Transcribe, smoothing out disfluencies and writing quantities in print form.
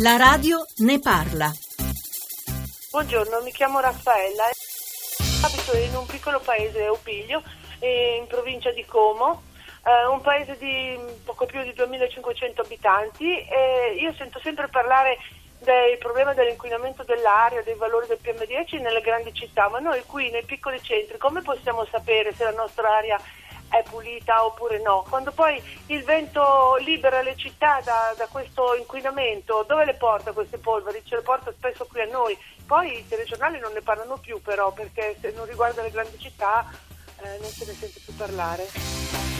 La radio ne parla. Buongiorno, mi chiamo Raffaella, abito in un piccolo paese, Eupiglio, in provincia di Como, un paese di poco più di 2500 abitanti, e io sento sempre parlare del problema dell'inquinamento dell'aria, dei valori del PM10 nelle grandi città, ma noi qui nei piccoli centri come possiamo sapere se la nostra aria è pulita oppure no? Quando poi il vento libera le città da questo inquinamento, dove le porta queste polveri? Ce le porta spesso qui a noi. Poi i telegiornali non ne parlano più, però, perché se non riguarda le grandi città non se ne sente più parlare.